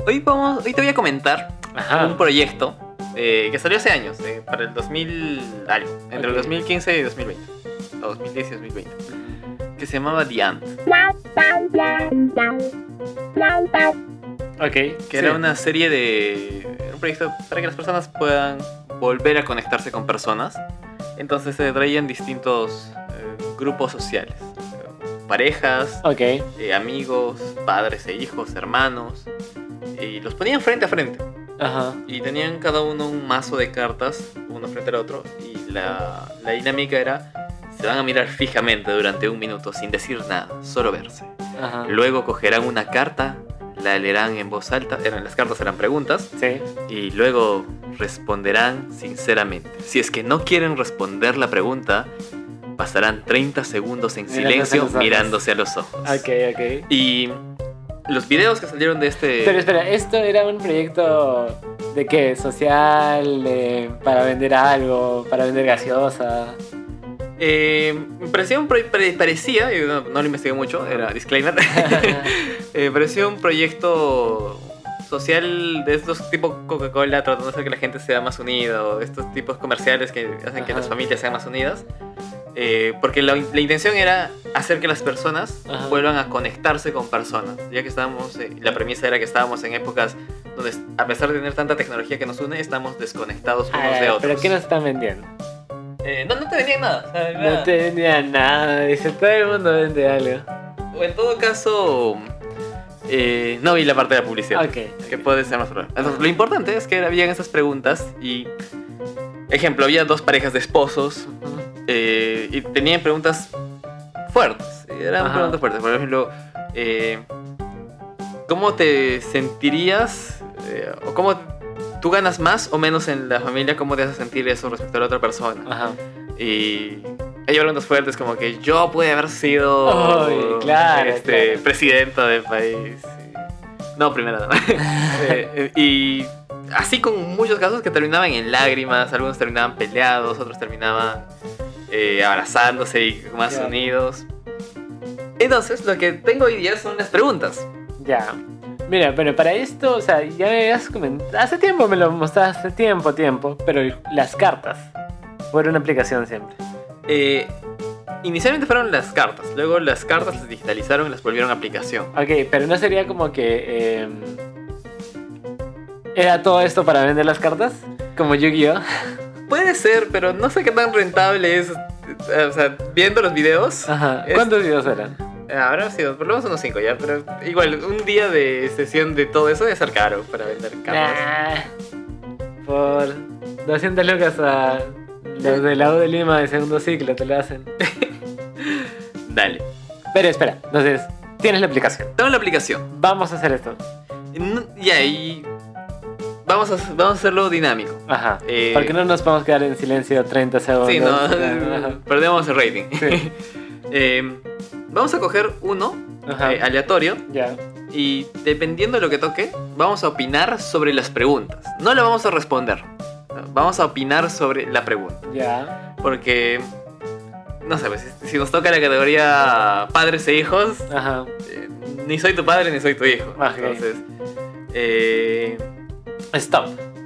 Hoy te voy a comentar Ajá. un proyecto que salió hace años, para el 2000 algo, entre el 2015 y 2020, o 2010 y 2020, que se llamaba The Ant, Ok. que era una serie era un proyecto para que las personas puedan volver a conectarse con personas. Entonces se traían distintos grupos sociales, parejas, Ok. amigos, padres e hijos, hermanos, y los ponían frente a frente. Ajá. Y tenían cada uno un mazo de cartas, uno frente al otro, y la dinámica era, se van a mirar fijamente durante un minuto sin decir nada, solo verse. Ajá. Luego cogerán una carta, la leerán en voz alta, las cartas eran preguntas, Sí. y luego responderán sinceramente. Si es que no quieren responder la pregunta, pasarán 30 segundos en Mirándose a silencio los ojos. mirándose a los ojos. Ok, ok. Y los videos que salieron de este... Pero espera, ¿esto era un proyecto de qué? ¿Social? ¿Para vender algo? ¿Para vender gaseosa? Parecía parecía, y no lo investigué mucho, era disclaimer. Parecía un proyecto social de estos tipo Coca-Cola, tratando de hacer que la gente sea más unida, o de estos tipos comerciales que hacen que Ajá. las familias sean más unidas. Porque la intención era hacer que las personas Ajá. vuelvan a conectarse con personas, ya que estábamos, la premisa era que estábamos en épocas donde, a pesar de tener tanta tecnología que nos une, estamos desconectados unos de otros. ¿Pero qué nos están vendiendo? No te vendían nada. O sea, No te vendían nada, dice, todo el mundo vende algo. O en todo caso, no vi la parte de la publicidad, Ok. que puede ser más probable. Entonces, lo importante es que habían esas preguntas y, ejemplo, había dos parejas de esposos y tenían preguntas fuertes. Eran Ajá. preguntas fuertes. Por ejemplo, ¿cómo te sentirías o cómo tú ganas más o menos en la familia? ¿Cómo te hace sentir eso respecto a la otra persona? Ajá. Y hay preguntas fuertes como que yo pude haber sido Ay, claro, claro. presidenta del país. No, primera dama. Y así con muchos casos que terminaban en lágrimas, algunos terminaban peleados, otros terminaban abrazándose y más Ya. unidos. Entonces, lo que tengo hoy día son las preguntas. Ya. Mira, pero para esto, o sea, ya me habías comentado. Hace tiempo me lo mostraste, tiempo. Pero las cartas. Fueron una aplicación siempre. Inicialmente fueron las cartas, luego las cartas las digitalizaron y las volvieron aplicación. Ok, pero no sería como que. ¿Era todo esto para vender las cartas? Como Yu-Gi-Oh! Puede ser, pero no sé qué tan rentable es. O sea, viendo los videos. Ajá. es- ¿Cuántos videos eran? Habrá sido por lo menos unos 5 ya, pero igual, un día de sesión de todo eso debe ser caro para vender cartas. Nah. Por 200 lucas a los de la U de Lima de segundo ciclo te lo hacen. Dale. Pero espera, entonces, tienes la aplicación. Tengo la aplicación. Vamos a hacer esto. Ya, y vamos a hacerlo dinámico. Ajá. Eh, Porque no nos podemos quedar en silencio 30 segundos. Sí, no, Ajá. perdemos el rating. Sí. Vamos a coger uno Ajá. aleatorio. Ya. Y dependiendo de lo que toque, vamos a opinar sobre las preguntas. No le vamos a responder. Vamos a opinar sobre la pregunta. Ya. Porque, no sé, pues, si nos toca la categoría padres e hijos, Ajá. ni soy tu padre ni soy tu hijo. Ok. Entonces, Stop.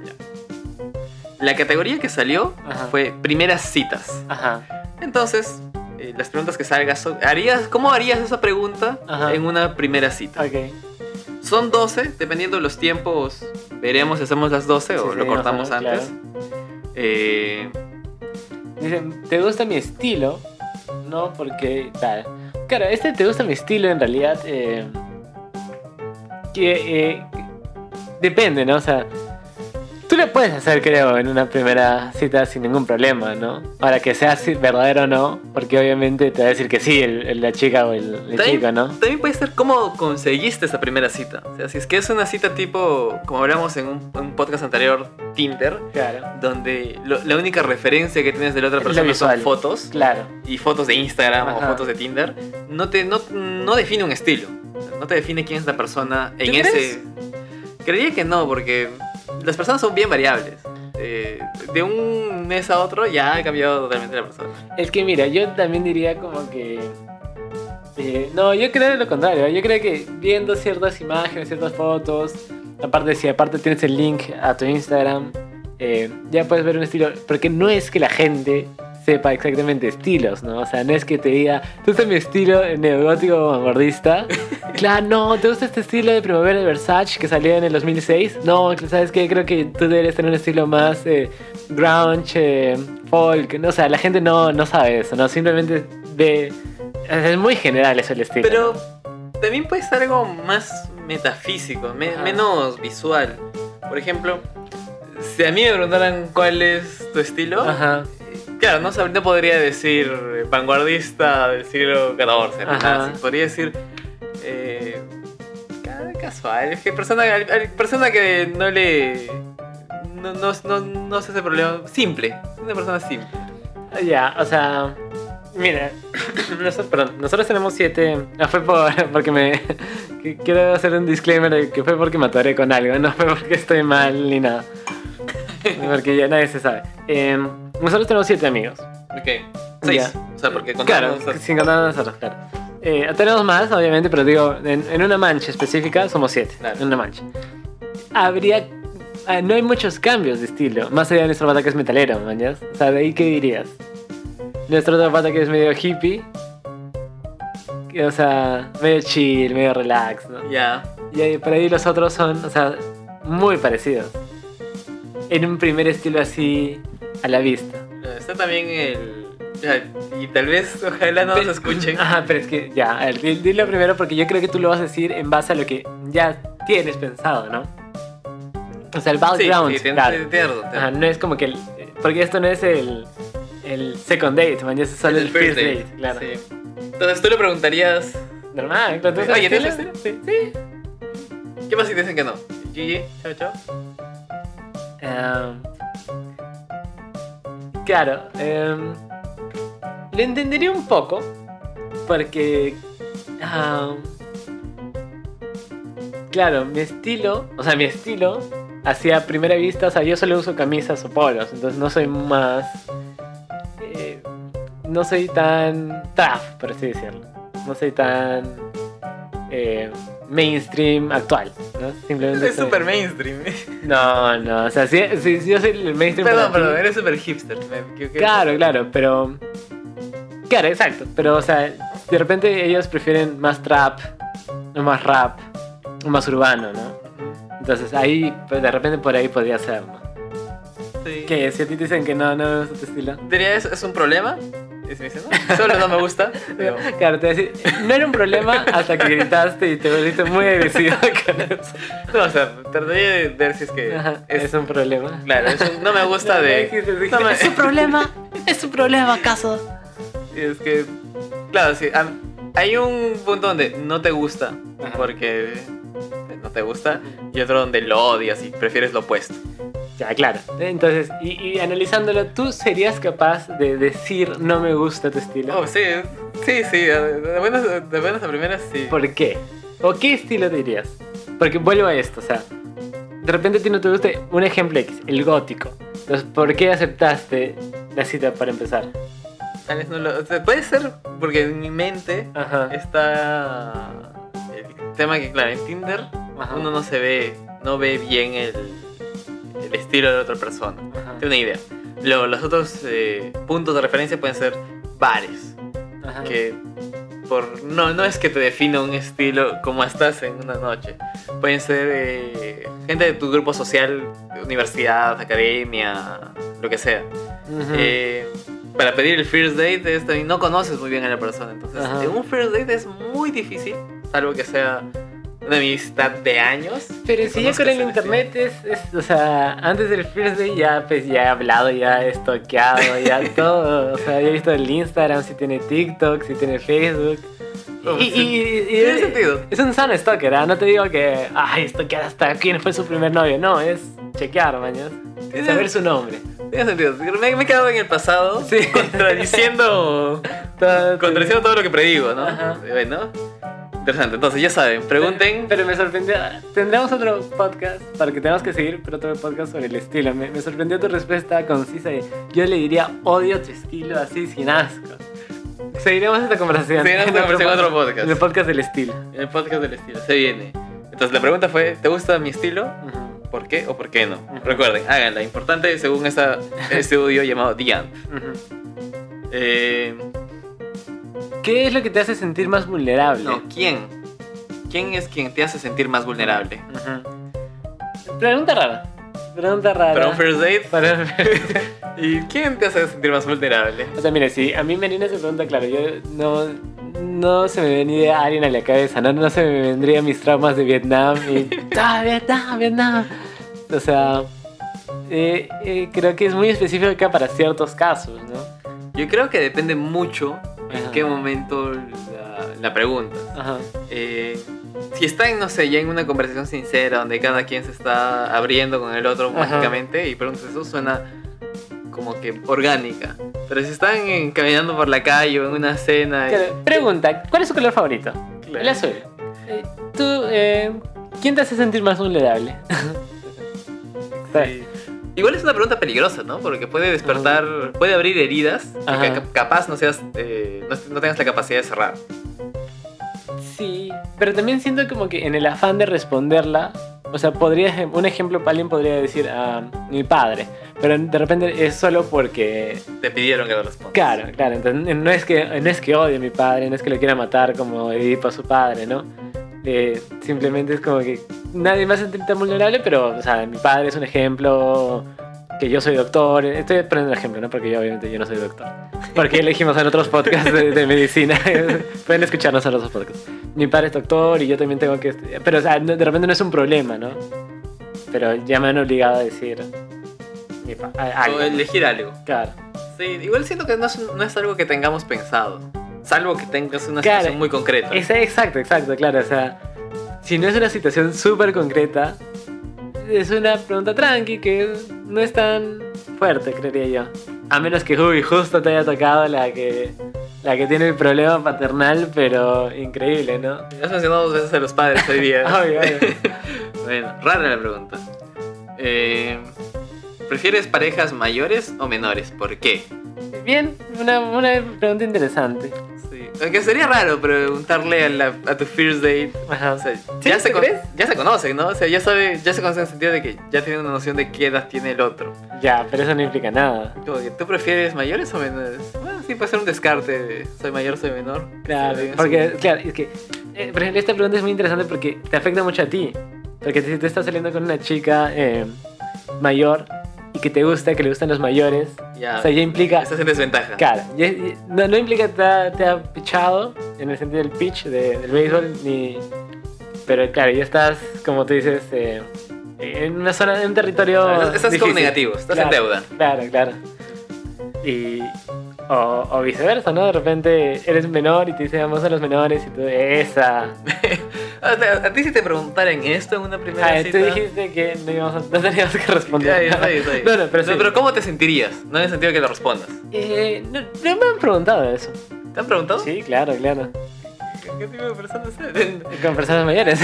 la categoría que salió Ajá. fue primeras citas. Ajá. Entonces, las preguntas que salgas son, ¿cómo harías esa pregunta Ajá. en una primera cita? Ok. Son 12, dependiendo de los tiempos, veremos si hacemos las 12 o Sí, lo sí, cortamos ajá, antes. Dicen, ¿te gusta mi estilo? No, porque tal. Claro, te gusta mi estilo en realidad. Depende, ¿no? O sea, tú le puedes hacer, creo, en una primera cita sin ningún problema, ¿no? Ahora que sea verdadero o no, porque obviamente te va a decir que sí, la chica o el chico, ¿no? También puede ser cómo conseguiste esa primera cita. O sea, si es que es una cita tipo, como hablamos en un podcast anterior, Tinder, Claro, donde la única referencia que tienes de la otra Es lo persona son visual. fotos claro. y fotos de Instagram o Ajá. fotos de Tinder, no define un estilo. No te define quién es la persona en ¿Tú ese. crees? Creería que no, porque las personas son bien variables. De un mes a otro ya ha cambiado totalmente la persona. Es que mira, yo también diría como que... no, yo creo lo contrario. Yo creo que viendo ciertas imágenes, ciertas fotos, aparte si aparte tienes el link a tu Instagram, ya puedes ver un estilo, porque no es que la gente sepa exactamente estilos, ¿no? O sea, no es que te diga, ¿tú usas mi estilo neogótico vanguardista? Claro, no, ¿te gusta este estilo de Primavera de Versace que salió en el 2006? No, ¿sabes qué? Creo que tú deberías tener un estilo más grunge, folk, ¿no? O sea, la gente no sabe eso, ¿no? Simplemente ve... Es muy general eso el estilo. Pero también puede ser algo más metafísico, menos visual. Por ejemplo, si a mí me preguntaran cuál es tu estilo... Ajá. Claro, no podría decir vanguardista del siglo XIV, nada así. Podría decir casual. Es que persona que no le... No se hace problema. Simple. Una persona simple. Ya, o sea... Mira, nosotros tenemos 7. Fue porque quiero hacer un disclaimer de que fue porque me atoré con algo. No fue porque estoy mal ni nada. Porque ya nadie se sabe. Nosotros tenemos 7 amigos. Ok. 6. O sea, porque contamos... Claro, sin contar a nosotros, claro. Tenemos más, obviamente, pero digo, en una mancha específica somos 7. Claro. En una mancha. No hay muchos cambios de estilo. Más allá de nuestro pata que es metalero, mañas. O sea, ¿de ahí qué dirías? Nuestro otro pata que es medio hippie. O sea, medio chill, medio relax, ¿no? Ya. Y por ahí los otros son, o sea, muy parecidos. En un primer estilo así a la vista. Está también el... Y tal vez, ojalá no nos escuchen. Ajá, pero es que ya, a ver, dilo primero porque yo creo que tú lo vas a decir en base a lo que ya tienes pensado, ¿no? O sea, el background. Sí, claro. Ajá, no es como que porque esto no es el second date, man, es solo el first date, claro. Sí. Entonces tú le preguntarías... Normal, ¿tú oye, ¿tienes estilo? Sí. ¿Qué pasa si te dicen que no? GG, chao. Claro, le entendería un poco porque claro, mi estilo hacia primera vista, o sea, yo solo uso camisas o polos, entonces no soy no soy tan tough, por así decirlo, no soy tan mainstream actual, ¿no? Simplemente es súper mainstream. No, o sea, sí, yo soy el mainstream. Perdón, eres súper hipster. Claro, pero... Claro, exacto, pero o sea, de repente ellos prefieren más trap, o más rap, o más urbano, ¿no? Entonces ahí, pues de repente por ahí podría ser, ¿no? Sí. Que si a ti te dicen que no me gusta tu estilo. ¿Diría eso es un problema? Y se me dice, no, solo no me gusta. Pero... Claro, te voy a decir, no era un problema hasta que gritaste y te volviste muy agresivo con eso. No, o sea, trataría de ver si es que... Ajá, es un problema. Claro, no me gusta de... Es un problema, ¿acaso? Y es que, claro, sí, hay un punto donde no te gusta, porque no te gusta, y otro donde lo odias y prefieres lo opuesto. Ya, claro. Entonces, y analizándolo, ¿tú serías capaz de decir no me gusta tu estilo? Oh, sí, de buenas a primeras sí. ¿Por qué? ¿O qué estilo te dirías? Porque vuelvo a esto, o sea, de repente a ti no te gusta un ejemplo X, el gótico. Entonces, ¿por qué aceptaste la cita para empezar? O sea, puede ser porque en mi mente está el tema que, claro, en Tinder uno no ve bien el estilo de la otra persona. Tengo una idea. Los otros puntos de referencia pueden ser bares. Que no es que te defina un estilo como estás en una noche. Pueden ser gente de tu grupo social, universidad, academia, lo que sea. Para pedir el first date no conoces muy bien a la persona. Entonces, en un first date es muy difícil, salvo que sea una amistad de años. Pero si ya con el internet o sea, antes del first date ya he hablado, ya he estoqueado, ya todo. O sea, ya he visto el Instagram, si tiene TikTok, si tiene Facebook. Y tiene sentido. Es un sano stalker, ¿eh? No te digo que stalkear hasta quién fue su primer novio. No, es chequear, mañana. Saber su nombre. Tiene sentido. Me he quedado en el pasado contradiciendo todo lo que predigo, ¿no? Bueno, interesante. Entonces, ya saben, pregunten. Pero me sorprendió. Tendremos otro podcast para que tengamos que seguir, pero otro podcast sobre el estilo. Me sorprendió tu respuesta concisa. Yo le diría odio tu estilo así sin asco. Seguiremos esta conversación. En otro podcast. En el podcast del estilo. En el podcast del estilo. Se viene. Entonces la pregunta fue, ¿te gusta mi estilo? Ujú. ¿Por qué o por qué no? Ujú. Recuerden, háganla. Importante según este estudio llamado The Ant. Ujú. Eh, ¿Qué es lo que te hace sentir más vulnerable? no, ¿quién? ¿Quién es quien te hace sentir más vulnerable? Ujú. Pregunta rara. Pregunta rara. ¿Para un first date? Para un first date. ¿Y quién te hace sentir más vulnerable? O sea, mire, si a mí me viene esa pregunta, claro, yo no se me venía alguien a la cabeza, no se me vendrían mis traumas de Vietnam y Vietnam. O sea, creo que es muy específico acá para ciertos casos, ¿no? Yo creo que depende mucho en Ajá. qué momento la preguntas. Ajá. Si están, no sé, ya en una conversación sincera donde cada quien se está abriendo con el otro Ajá. mágicamente y preguntas eso, suena como que orgánica. Pero si están caminando por la calle o en una cena... Claro, pregunta, ¿cuál es su color favorito? Claro. El azul. ¿Quién te hace sentir más vulnerable? Sí. Igual es una pregunta peligrosa, ¿no? Porque puede despertar, puede abrir heridas que Ajá. capaz no seas, no tengas la capacidad de cerrar. Sí, pero también siento como que en el afán de responderla, o sea, un ejemplo para alguien podría decir a mi padre, pero de repente es solo porque, Te pidieron que lo respondas. claro, entonces no es que odie a mi padre, no es que lo quiera matar como Edipo a su padre, ¿no? Simplemente es como que nadie me hace sentir tan vulnerable, pero, o sea, mi padre es un ejemplo, que yo soy doctor, estoy poniendo un ejemplo, ¿no? Porque yo obviamente yo no soy doctor. Porque elegimos en otros podcasts de medicina. Pueden escucharnos en otros podcasts. Mi padre es doctor y yo también tengo que... Pero, o sea, de repente no es un problema, ¿no? Pero ya me han obligado a decir... O elegir algo. Claro. Sí, igual siento que no es algo que tengamos pensado. Salvo que tengas una Claro. situación muy concreta. Exacto, claro. O sea, si no es una situación súper concreta, es una pregunta tranqui que no es tan fuerte, creería yo. A menos que, justo te haya tocado la que tiene el problema paternal, pero increíble, ¿no? Has mencionado 2 veces a los padres hoy día. Obvio. Bueno, rara la pregunta. ¿Prefieres parejas mayores o menores? ¿Por qué? Bien, una pregunta interesante. Sí. Aunque sería raro preguntarle a tu first date. Ajá. O sea, ¿Sí? ya, ¿Tú crees? ya se conocen, ¿no? O sea, ya se conocen en el sentido de que ya tienen una noción de qué edad tiene el otro. Ya, pero eso no implica nada. Como que, ¿tú prefieres mayores o menores? Bueno, sí, puede ser un descarte de soy mayor, soy menor. Claro, Sí, porque, claro, es que, por ejemplo, esta pregunta es muy interesante porque te afecta mucho a ti. Porque si te estás saliendo con una chica mayor y que te gusta, que le gustan los mayores, ya, o sea, ya implica... estás en desventaja. Claro, no implica que te ha pichado en el sentido del pitch del béisbol, ni... Pero claro, ya estás, como tú dices, en una zona, en un territorio Estás difícil. como negativo, estás en deuda. Claro. O viceversa, ¿no? De repente eres menor y te dicen vamos a los menores y tú, esa. ¿A ti si te preguntaran esto en una primera Tú cita? dijiste que no teníamos que responder. Está bien. No, pero sí. Pero ¿cómo te sentirías? No en el sentido de que lo respondas. No me han preguntado eso. ¿Te han preguntado? Sí, claro. ¿Qué tipo de personas eres? Con personas mayores.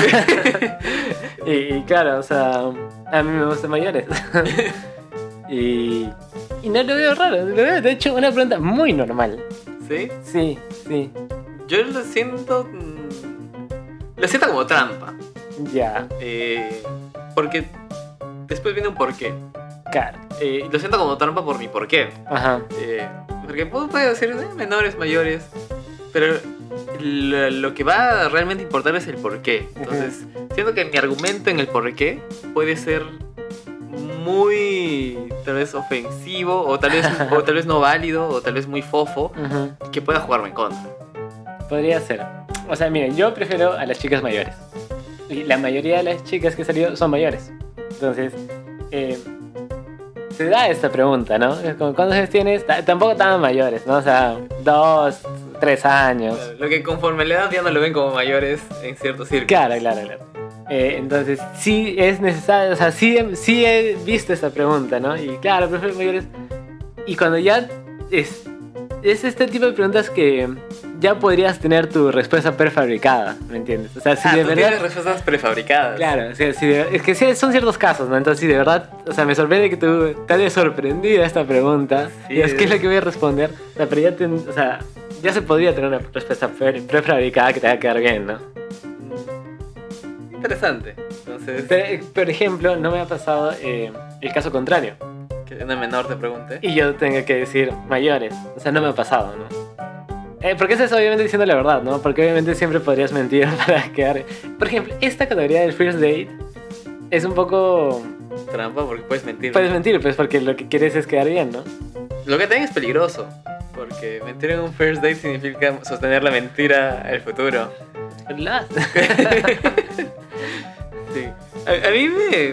y claro, o sea, a mí me gustan mayores. y no lo veo raro, lo veo de hecho una pregunta muy normal. ¿Sí? Sí. Yo lo siento... Lo siento como trampa. Ya, Porque después viene un porqué. claro. Lo siento como trampa por mi porqué. Ajá. Porque puedo decir menores, mayores, pero lo que va a realmente importar es el porqué. Entonces, siento que mi argumento en el porqué puede ser muy, tal vez, ofensivo, o tal vez no válido, o tal vez muy fofo, Ujú. que pueda jugarme en contra. Podría ser. O sea, miren, yo prefiero a las chicas mayores. Y la mayoría de las chicas que he salido son mayores. Entonces, se da esta pregunta, ¿no? Es como, ¿cuántos años tienes? Tampoco tan mayores, ¿no? O sea, 2, 3 años. Lo que conforme la edad ya no lo ven como mayores en ciertos círculos. Claro. Entonces, sí es necesario, o sea, sí he visto esta pregunta, ¿no? Y claro, prefiero mayores. Y cuando ya es este tipo de preguntas que ya podrías tener tu respuesta prefabricada, ¿me entiendes? O sea, si de tú verdad... tienes respuestas prefabricadas. Claro, o sea, es que sí, son ciertos casos, ¿no? Entonces, si de verdad, o sea, me sorprende que tú te hayas sorprendido a esta pregunta. Sí, Y es que es lo que voy a responder. O sea, pero ya se podría tener una respuesta prefabricada que te haga quedar bien, ¿no? interesante. Entonces, Pero, por ejemplo, no me ha pasado el caso contrario. que una menor te pregunte. Y yo tengo que decir mayores. O sea, no me ha pasado, ¿no? Porque eso es obviamente diciendo la verdad, ¿no? Porque obviamente siempre podrías mentir para quedar... Por ejemplo, esta categoría del first date es un poco... Trampa, porque puedes mentir. Puedes mentir, pues porque lo que quieres es quedar bien, ¿no? Lo que también es peligroso, porque mentir en un first date significa sostener la mentira al futuro. Sí. A mí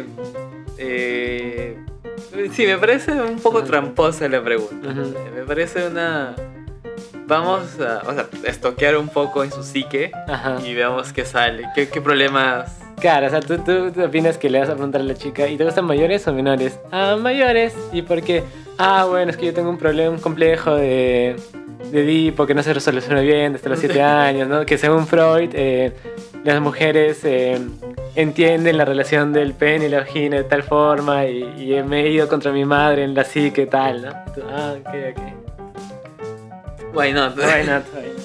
sí, me parece un poco tramposa la pregunta. Me parece una... Vamos a, o sea, estoquear un poco en su psique Ajá. y veamos qué sale, qué problemas... Claro, o sea, tú opinas que le vas a preguntar a la chica, ¿y te gustan mayores o menores? Ah, mayores. ¿Y por qué? Ah, bueno, es que yo tengo un problema, un complejo de Edipo que no se resoluciona bien desde los 7 años, ¿no? Que según Freud, las mujeres entienden la relación del pene y la vagina de tal forma y me he ido contra mi madre en la psique tal, ¿no? Y tú, ok. Why not? Why not?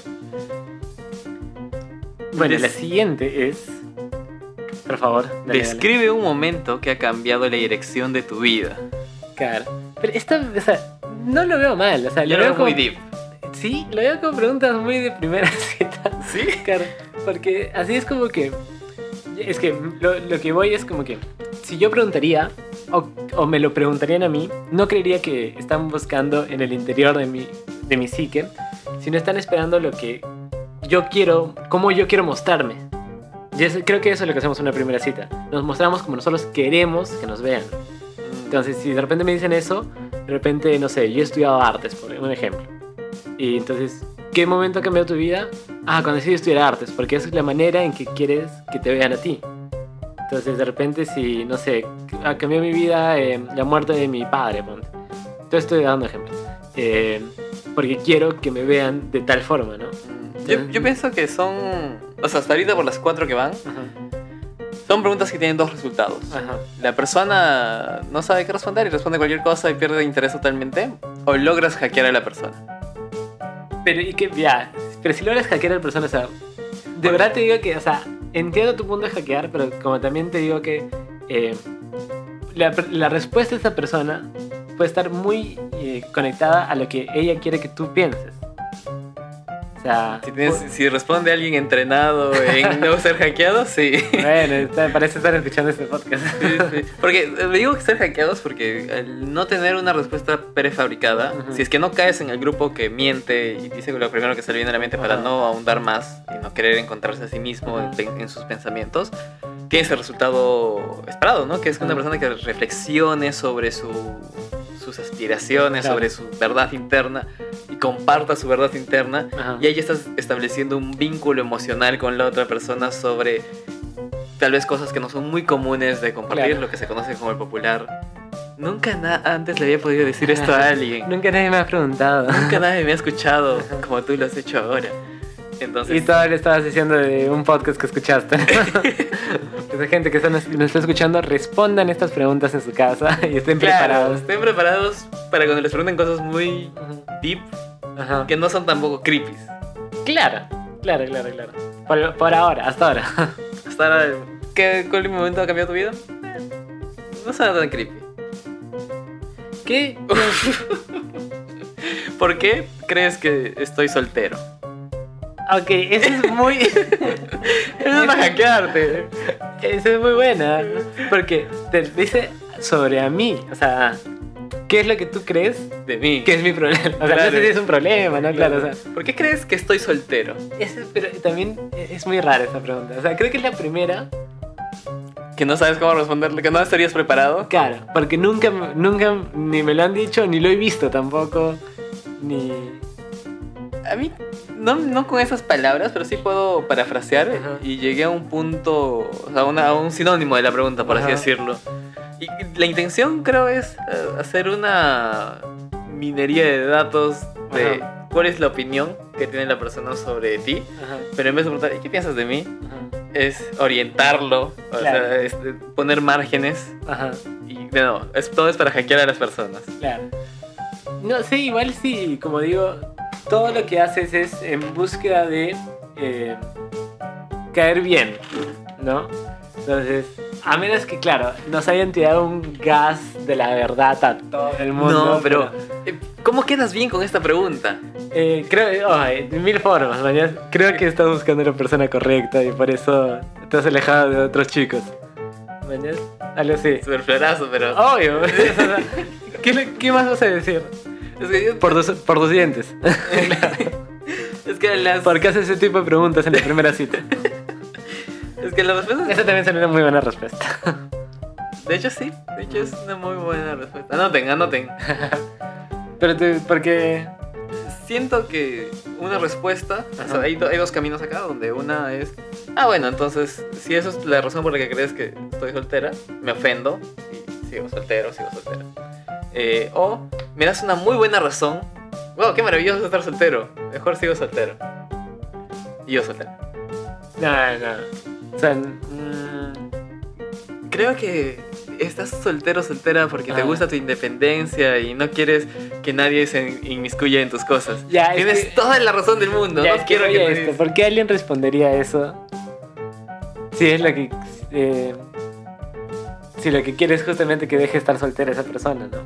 Bueno, la siguiente es... Por favor, dale. Describe un momento que ha cambiado la dirección de tu vida. Claro. Pero esta, o sea, no lo veo mal, o sea, Yo lo veo como... muy deep. Sí, lo veo como preguntas muy de primera cita. ¿Sí? Claro, porque así es como que... Es que lo que voy es como que... Si yo preguntaría, o me lo preguntarían a mí, no creería que están buscando en el interior de mi psique, sino están esperando lo que yo quiero, cómo yo quiero mostrarme. Creo que eso es lo que hacemos en una primera cita. Nos mostramos como nosotros queremos que nos vean. Entonces, si de repente me dicen eso, de repente, no sé, yo he estudiado artes, por un ejemplo. Y entonces, ¿qué momento ha cambiado tu vida? Cuando decidí estudiar artes, porque esa es la manera en que quieres que te vean a ti. Entonces, de repente, si, no sé, cambió mi vida la muerte de mi padre, ponte. Entonces, estoy dando ejemplos. Porque quiero que me vean de tal forma, ¿no? Yo pienso que son... O sea, hasta ahorita por las 4 que van, son preguntas que tienen 2 resultados. Ajá. La persona no sabe qué responder y responde cualquier cosa y pierde interés totalmente. O logras hackear a la persona. Pero, ¿y qué? Ya, pero si logras hackear a la persona, o sea, de verdad te digo que, o sea, entiendo tu punto de hackear, pero como también te digo que la respuesta de esa persona puede estar muy conectada a lo que ella quiere que tú pienses. O sea, Si responde alguien entrenado en no ser hackeado, sí. Bueno, parece estar escuchando este podcast. Sí. Porque digo que ser hackeados porque al no tener una respuesta prefabricada, si es que no caes en el grupo que miente y dice lo primero que se le viene a la mente para no ahondar más y no querer encontrarse a sí mismo en sus pensamientos, tienes el resultado esperado, ¿no? Que es una persona que reflexione sobre sus aspiraciones, claro, sobre su verdad interna y comparta su verdad interna. Y ahí estás estableciendo un vínculo emocional con la otra persona sobre tal vez cosas que no son muy comunes de compartir, claro, lo que se conoce como el popular. Nunca antes le había podido decir esto a alguien. Nunca nadie me ha preguntado. Nunca nadie me ha escuchado como tú lo has hecho ahora. Entonces... Y todo le estabas diciendo de un podcast que escuchaste. Esa gente que nos está escuchando, respondan estas preguntas en su casa y estén preparados. Estén preparados para cuando les pregunten cosas muy deep, que no son tampoco creepy. Claro. Por ahora, hasta ahora. Hasta ahora, ¿cuál momento ha cambiado tu vida? No suena tan creepy. ¿Qué? ¿Por qué crees que estoy soltero? Ok, eso es muy... Eso es para hackearte. Eso es muy buena. Porque te dice sobre a mí. O sea, ¿qué es lo que tú crees de mí? Que es mi problema. O sea, no sé si es un problema, ¿no? Claro, o sea, ¿por qué crees que estoy soltero? Pero también es muy rara esta pregunta. O sea, creo que es la primera... Que no sabes cómo responderle, que no estarías preparado. Claro, porque nunca ni me lo han dicho, ni lo he visto tampoco, ni... A mí, no con esas palabras, pero sí puedo parafrasear. Y llegué a un punto, o sea, a un sinónimo de la pregunta, por así decirlo. Y la intención, creo, es hacer una minería de datos de cuál es la opinión que tiene la persona sobre ti. Pero en vez de preguntar, ¿y qué piensas de mí? Es orientarlo, claro, o sea, poner márgenes. Y no, todo es para hackear a las personas. Claro. No, sí, igual sí, como digo, todo lo que haces es en búsqueda de caer bien, ¿no? Entonces, a menos que, claro, nos hayan tirado un gas de la verdad a todo el mundo. No, pero ¿cómo quedas bien con esta pregunta? Creo, de mil formas, mañana. Creo que estás buscando a la persona correcta y por eso te has alejado de otros chicos. Mañana, algo así. Súper florazo, pero... Obvio. ¿Qué más vas a decir? Es que yo... Por tus dientes. Es que las... ¿Por qué haces ese tipo de preguntas en la primera cita? Es que las respuestas... Esa también sería una muy buena respuesta. De hecho, sí. De hecho, es una muy buena respuesta. Anoten. Pero porque... Siento que una respuesta... O sea, hay dos caminos acá, donde una es... Ah, bueno, entonces, si eso es la razón por la que crees que estoy soltera, me ofendo y sigo soltera. O me das una muy buena razón. Wow, qué maravilloso estar soltero. Mejor sigo soltero. Y yo soltero. No. O sea, creo que estás soltera porque te gusta tu independencia y no quieres que nadie se inmiscuya en tus cosas. Ya, tienes toda la razón del mundo. Ya, No quiero que ¿por qué alguien respondería eso? Si es lo que... si lo que quiere es justamente que deje estar soltera esa persona, ¿no?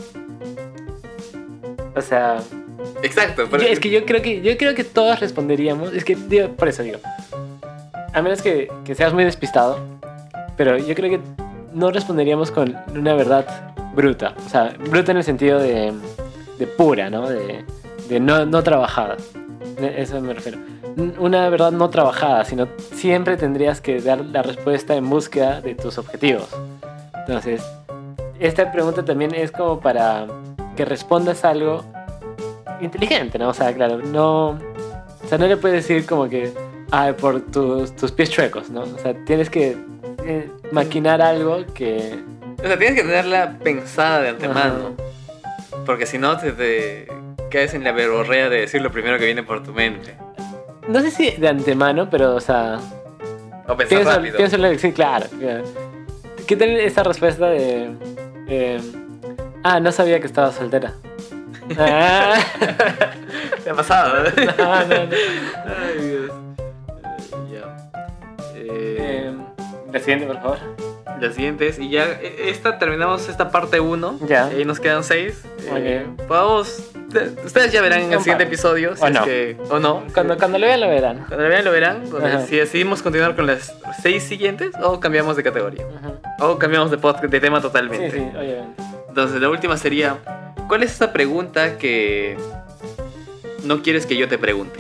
O sea... Exacto. Pero... Es que yo creo que todos responderíamos. Es que, por eso digo. A menos que seas muy despistado. Pero yo creo que no responderíamos con una verdad bruta. O sea, bruta en el sentido de pura, ¿no? De no trabajada. Eso me refiero. Una verdad no trabajada, sino siempre tendrías que dar la respuesta en búsqueda de tus objetivos. Entonces, esta pregunta también es como para que respondas algo inteligente, ¿no? O sea, claro, no le puedes decir como que por tus pies chuecos, ¿no? O sea, tienes que maquinar algo que... O sea, tienes que tenerla pensada de antemano. Porque si no, te caes en la verborrea de decir lo primero que viene por tu mente. No sé si de antemano, pero, o sea... O pensar rápido. Piénsalo, sí, claro. ¿Qué tal esa respuesta de... no sabía que estaba soltera? ¿Te ha pasado? No. Ay, Dios. La siguiente, por favor. La siguiente es, y ya terminamos esta parte 1. Ya. Y nos quedan 6. Okay. Ustedes ya verán en el siguiente episodio. Si o no. Cuando lo vean, lo verán. Cuando lo vean, lo verán. Si decidimos continuar con las 6 siguientes, o cambiamos de categoría. O cambiamos de tema totalmente. Sí, obviamente. Entonces, la última sería: ¿cuál es esa pregunta que no quieres que yo te pregunte?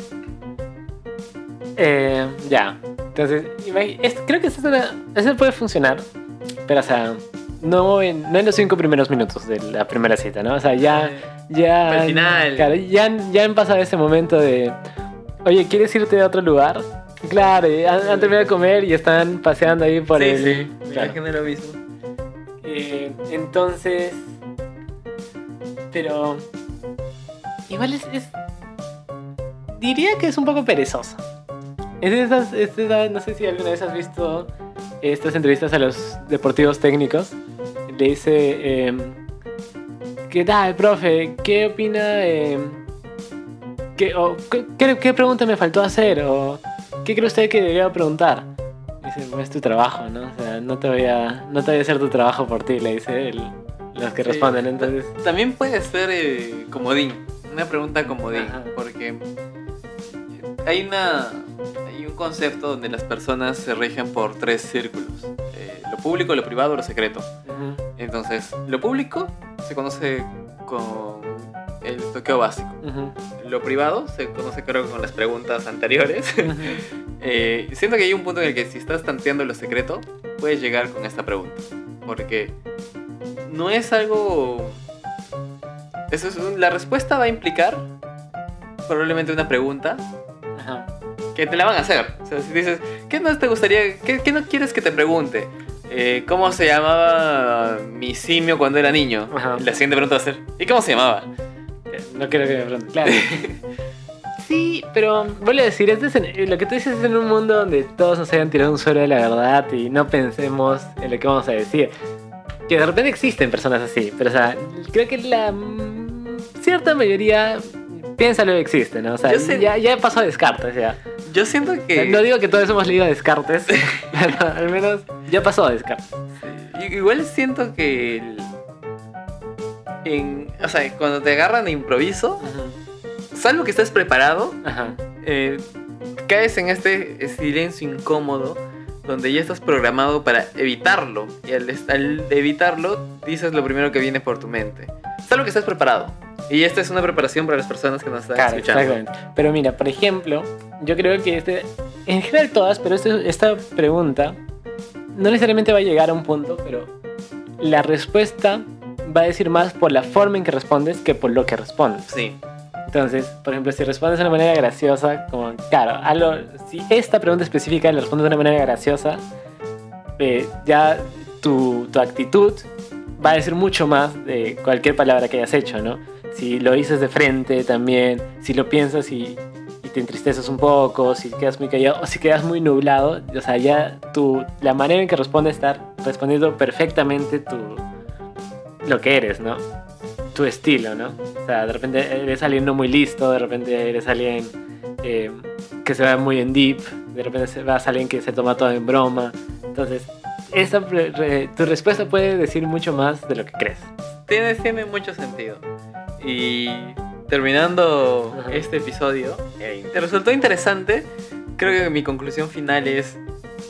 Ya. Entonces, creo que eso puede funcionar. Pero, o sea, no en los 5 primeros minutos de la primera cita, ¿no? O sea, ya al final. Claro, ya han pasado ese momento de... Oye, ¿quieres irte a otro lugar? Claro, han terminado de comer y están paseando ahí por el... Sí, claro. me imagino lo mismo. Entonces... Pero... Igual es... Diría que es un poco perezoso. Es de esas, no sé si alguna vez has visto estas entrevistas a los deportivos técnicos. Le dice, ¿qué tal, profe? ¿Qué opina? ¿Qué pregunta me faltó hacer? ¿O qué cree usted que debería preguntar? Dice, pues es tu trabajo, ¿no? O sea, no te voy a hacer tu trabajo por ti, le dice los que responden. Entonces, también puede ser comodín, una pregunta comodín, porque hay un concepto donde las personas se rigen por 3 círculos: lo público, lo privado, lo secreto. Entonces, lo público se conoce con el toqueo básico. Lo privado se conoce, creo, con las preguntas anteriores. Siento que hay un punto en el que, si estás tanteando lo secreto, puedes llegar con esta pregunta, porque no es algo... la respuesta va a implicar probablemente una pregunta que te la van a hacer. O sea, si dices, ¿qué no te gustaría, qué no quieres que te pregunte? ¿Cómo se llamaba mi simio cuando era niño? La siguiente pregunta va a ser, ¿y cómo se llamaba? No quiero que me pregunte. Claro. Sí, pero vuelvo a decir, lo que tú dices es en un mundo donde todos nos hayan tirado un suelo de la verdad y no pensemos en lo que vamos a decir. Que de repente existen personas así, pero, o sea, creo que la cierta mayoría piensa lo que existe, ¿no? O sea, ya pasó a descartes, ya. Yo siento que... No digo que todos hemos leído a Descartes, pero al menos ya pasó a Descartes. Igual siento que... o sea, cuando te agarran de improviso, salvo que estés preparado, Ajá. caes en este silencio incómodo donde ya estás programado para evitarlo. Y al evitarlo, dices lo primero que viene por tu mente. Salvo que estés preparado. Y esta es una preparación para las personas que nos están escuchando. Exactamente. Pero mira, por ejemplo, yo creo que en general todas, pero esta pregunta no necesariamente va a llegar a un punto, pero la respuesta va a decir más por la forma en que respondes que por lo que respondes. Sí. Entonces, por ejemplo, si respondes de una manera graciosa, como, claro, si esta pregunta específica la respondes de una manera graciosa, ya tu actitud va a decir mucho más de cualquier palabra que hayas hecho, ¿no? Si lo dices de frente también, si lo piensas y te entristeces un poco, si quedas muy callado o si quedas muy nublado, o sea, ya la manera en que respondes está respondiendo perfectamente lo que eres, ¿no? Tu estilo, ¿no? O sea, de repente eres alguien no muy listo, de repente eres alguien que se va muy en deep, de repente vas a alguien que se toma todo en broma. Entonces, tu respuesta puede decir mucho más de lo que crees. Tiene mucho sentido. Y terminando este episodio, ¿te resultó interesante? Creo que mi conclusión final es...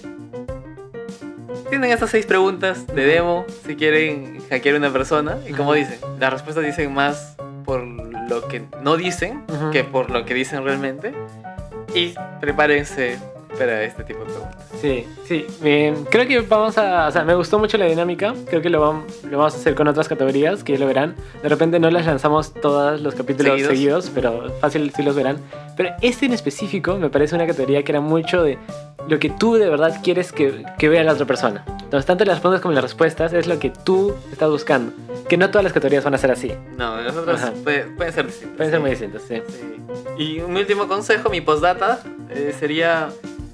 Tienen estas 6 preguntas de demo si quieren hackear a una persona. Y como dicen, las respuestas dicen más por lo que no dicen que por lo que dicen realmente. Y prepárense para este tipo de preguntas. Sí. Creo que vamos a... O sea, me gustó mucho la dinámica. Creo que lo vamos a hacer con otras categorías, que ya lo verán. De repente no las lanzamos todos los capítulos seguidos, pero fácil sí los verán. Pero este en específico me parece una categoría que era mucho de lo que tú de verdad quieres que vea la otra persona. Entonces, tanto las preguntas como las respuestas es lo que tú estás buscando. Que no todas las categorías van a ser así. No, nosotros pueden ser distintas. Pueden ser muy distintas, sí. Y mi último consejo, mi postdata, sería...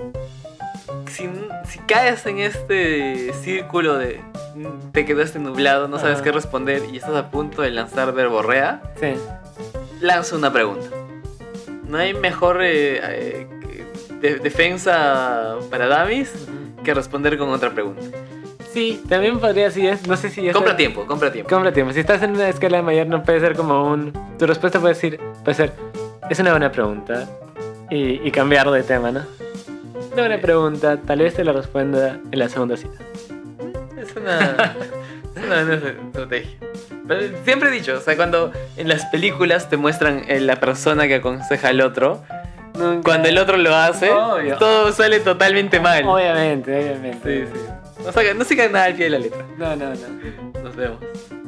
Si caes en este círculo de te quedaste nublado, no sabes qué responder y estás a punto de lanzar verborrea, lanza una pregunta. No hay mejor defensa para dummies que responder con otra pregunta. Sí, también podría decir, no sé si... Compra tiempo. Si estás en una escala mayor no puede ser como tu respuesta puede ser, es una buena pregunta y cambiar de tema, ¿no? Una buena pregunta, tal vez te la responda en la segunda cita. Es una buena estrategia. Pero siempre he dicho, o sea, cuando en las películas te muestran la persona que aconseja al otro, cuando el otro lo hace, todo sale totalmente mal. Obviamente. Sí. No sigan nada al pie de la letra. No. Nos vemos.